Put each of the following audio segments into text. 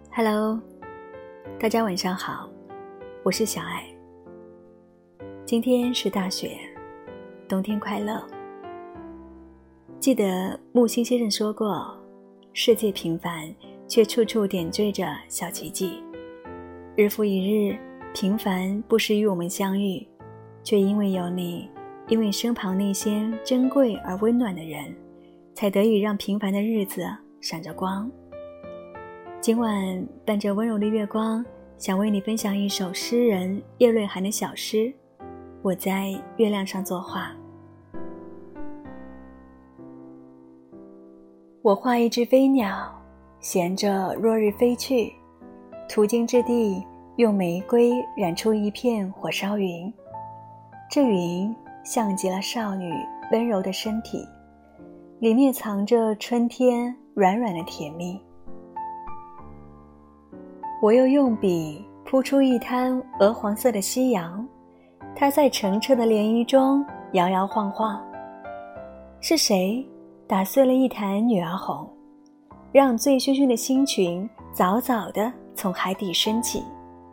Hello， 大家晚上好，我是小爱。今天是大雪，冬天快乐。记得木心先生说过，世界平凡，却处处点缀着小奇迹。日复一日，平凡不时与我们相遇，却因为有你，因为身旁那些珍贵而温暖的人，才得以让平凡的日子闪着光。今晚伴着温柔的月光，想为你分享一首诗人叶瑞涵的小诗，我在月亮上作画。我画一只飞鸟，衔着落日飞去，途经之地，用玫瑰染出一片火烧云。这云像极了少女温柔的身体，里面藏着春天软软的甜蜜。我又用笔铺出一滩鹅黄色的夕阳，它在澄澈的涟漪中摇摇晃晃。是谁打碎了一坛女儿红，让醉醺醺的星群早早地从海底升起？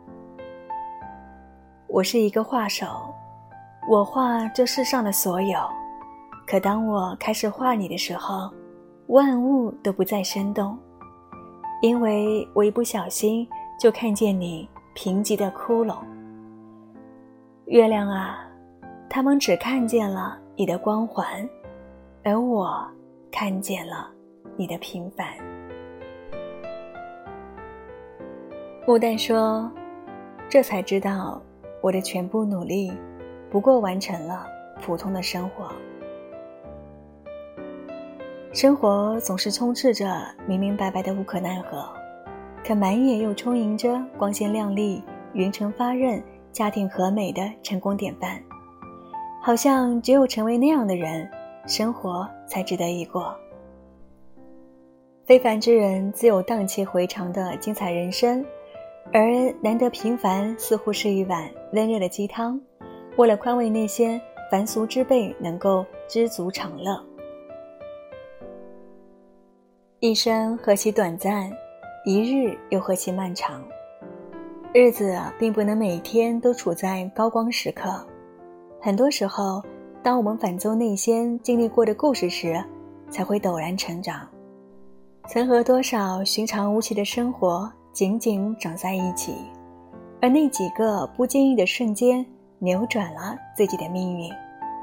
我是一个画手，我画这世上的所有，可当我开始画你的时候，万物都不再生动，因为我一不小心就看见你贫瘠的窟窿。月亮啊，他们只看见了你的光环，而我看见了你的平凡。木旦说，这才知道我的全部努力不过完成了普通的生活。生活总是充斥着明明白白的无可奈何，可满眼又充盈着光鲜亮丽、匀称发轫、家庭和美的成功典范，好像只有成为那样的人，生活才值得一过。非凡之人自有荡气回肠的精彩人生，而难得平凡似乎是一碗温热的鸡汤，为了宽慰那些凡俗之辈能够知足常乐。一生何其短暂，一日又何其漫长。日子并不能每天都处在高光时刻，很多时候当我们反奏那些经历过的故事时，才会陡然成长。曾和多少寻常无奇的生活紧紧长在一起，而那几个不经意的瞬间扭转了自己的命运。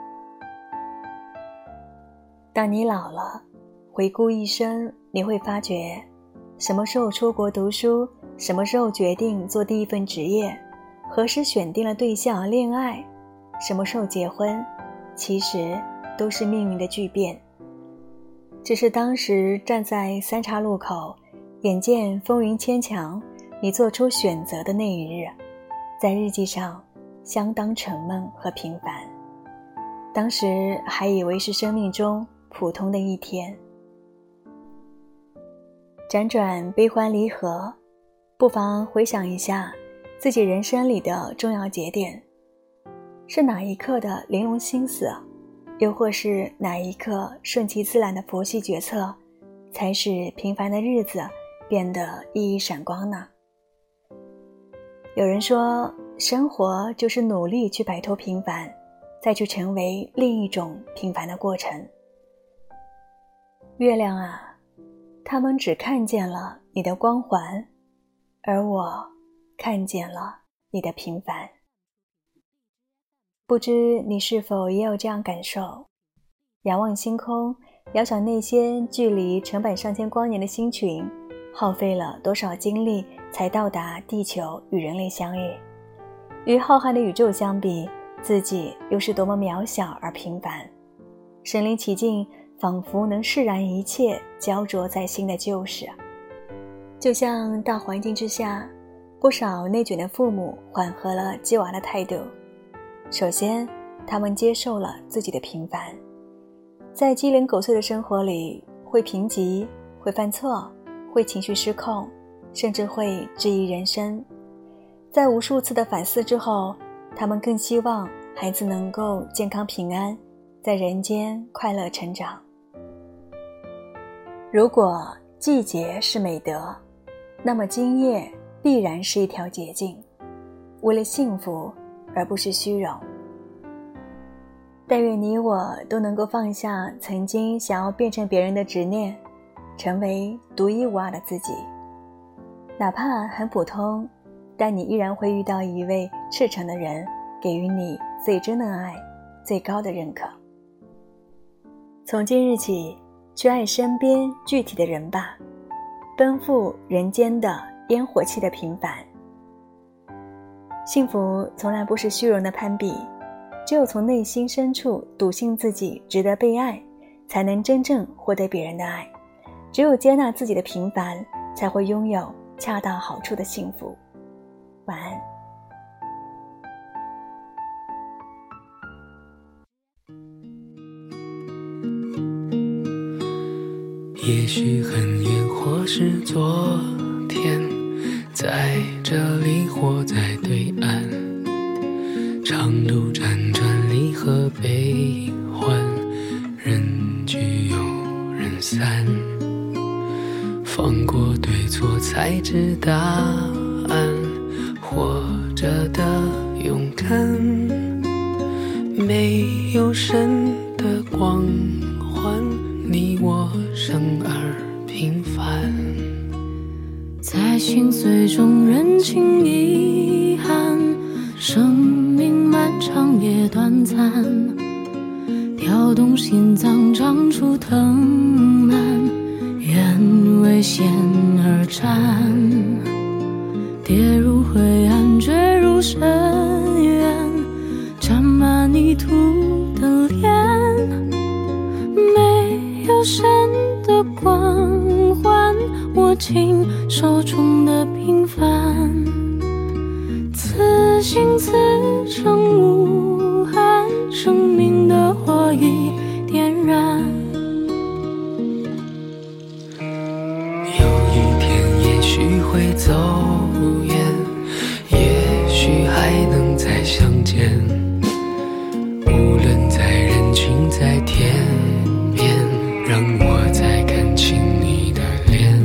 当你老了，回顾一生，你会发觉什么时候出国读书，什么时候决定做第一份职业，何时选定了对象恋爱，什么时候结婚，其实都是命运的巨变。只是当时站在三岔路口，眼见风云牵强，你做出选择的那一日，在日记上相当沉闷和平凡，当时还以为是生命中普通的一天。辗转悲欢离合，不妨回想一下自己人生里的重要节点，是哪一刻的玲珑心思，又或是哪一刻顺其自然的佛系决策，才使平凡的日子变得熠熠闪光呢？有人说，生活就是努力去摆脱平凡，再去成为另一种平凡的过程。月亮啊，他们只看见了你的光环，而我看见了你的平凡。不知你是否也有这样感受？仰望星空，遥想那些距离成百上千光年的星群，耗费了多少精力才到达地球与人类相遇。与浩瀚的宇宙相比，自己又是多么渺小而平凡。身临其境，仿佛能释然一切焦灼在心的旧事。就像大环境之下，不少内卷的父母缓和了鸡娃的态度。首先，他们接受了自己的平凡，在鸡零狗碎的生活里，会贫瘠，会犯错，会情绪失控，甚至会质疑人生。在无数次的反思之后，他们更希望孩子能够健康平安，在人间快乐成长。如果季节是美德， 那么今夜必然是一条捷径，为了幸福而不是虚荣。但愿你我都能够放下曾经想要变成别人的执念，成为独一无二的自己。哪怕很普通，但你依然会遇到一位赤诚的人，给予你最真的爱，最高的认可。从今日起，去爱身边具体的人吧，奔赴人间的烟火气的平凡。幸福从来不是虚荣的攀比，只有从内心深处笃信自己值得被爱，才能真正获得别人的爱。只有接纳自己的平凡，才会拥有恰到好处的幸福。晚安。 也许很远，或是昨天，在这里或在对岸，长路辗转，离合悲欢，人聚又人散，放过对错才知答案，活着的勇敢，没有神的光环，你我生而平凡， 在心碎中认清遗憾，生命漫长也短暂，跳动心脏长出藤蔓，愿为险而战，跌入灰暗坠入深渊，沾满泥土的脸，没有神的光环，握紧手中的平凡，此心此生无憾，生命的火已点燃。 有一天也许会走远，也许还能再相见，无论在人群在天边，让我再看清你的脸，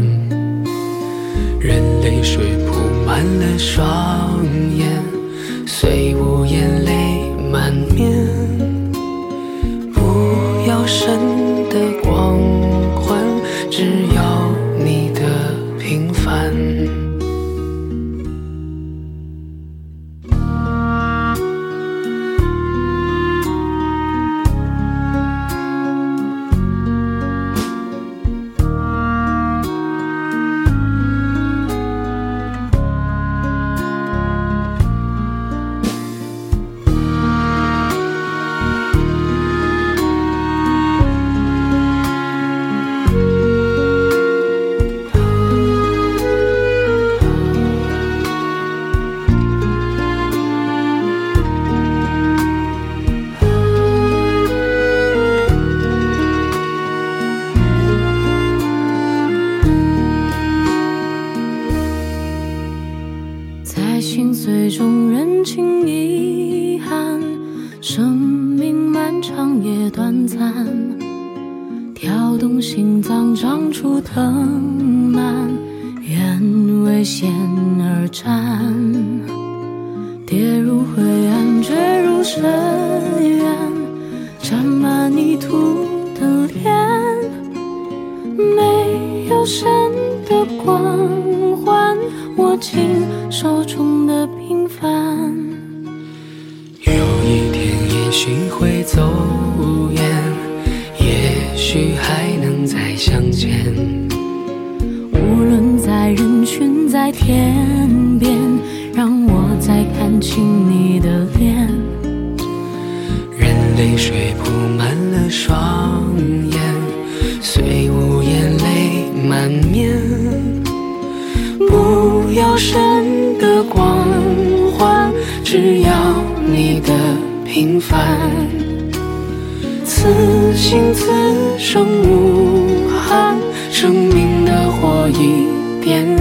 任泪水铺满了双眼，虽无眼泪满面，不要神的光环，只要你的平凡。 心碎中认清遗憾，生命漫长也短暂，跳动心脏长出藤蔓，愿为险而战，跌入灰暗坠入深渊，沾满泥土的脸，没有神的光环，握紧手中的平凡。 有一天也许会走远，也许还能再相见， 无论在人群在天边，让我再看清你的脸， 任泪水铺满了双眼，虽无眼泪满面，不要神的光环，只要你的平凡，此心此生无憾，生命的火已点燃。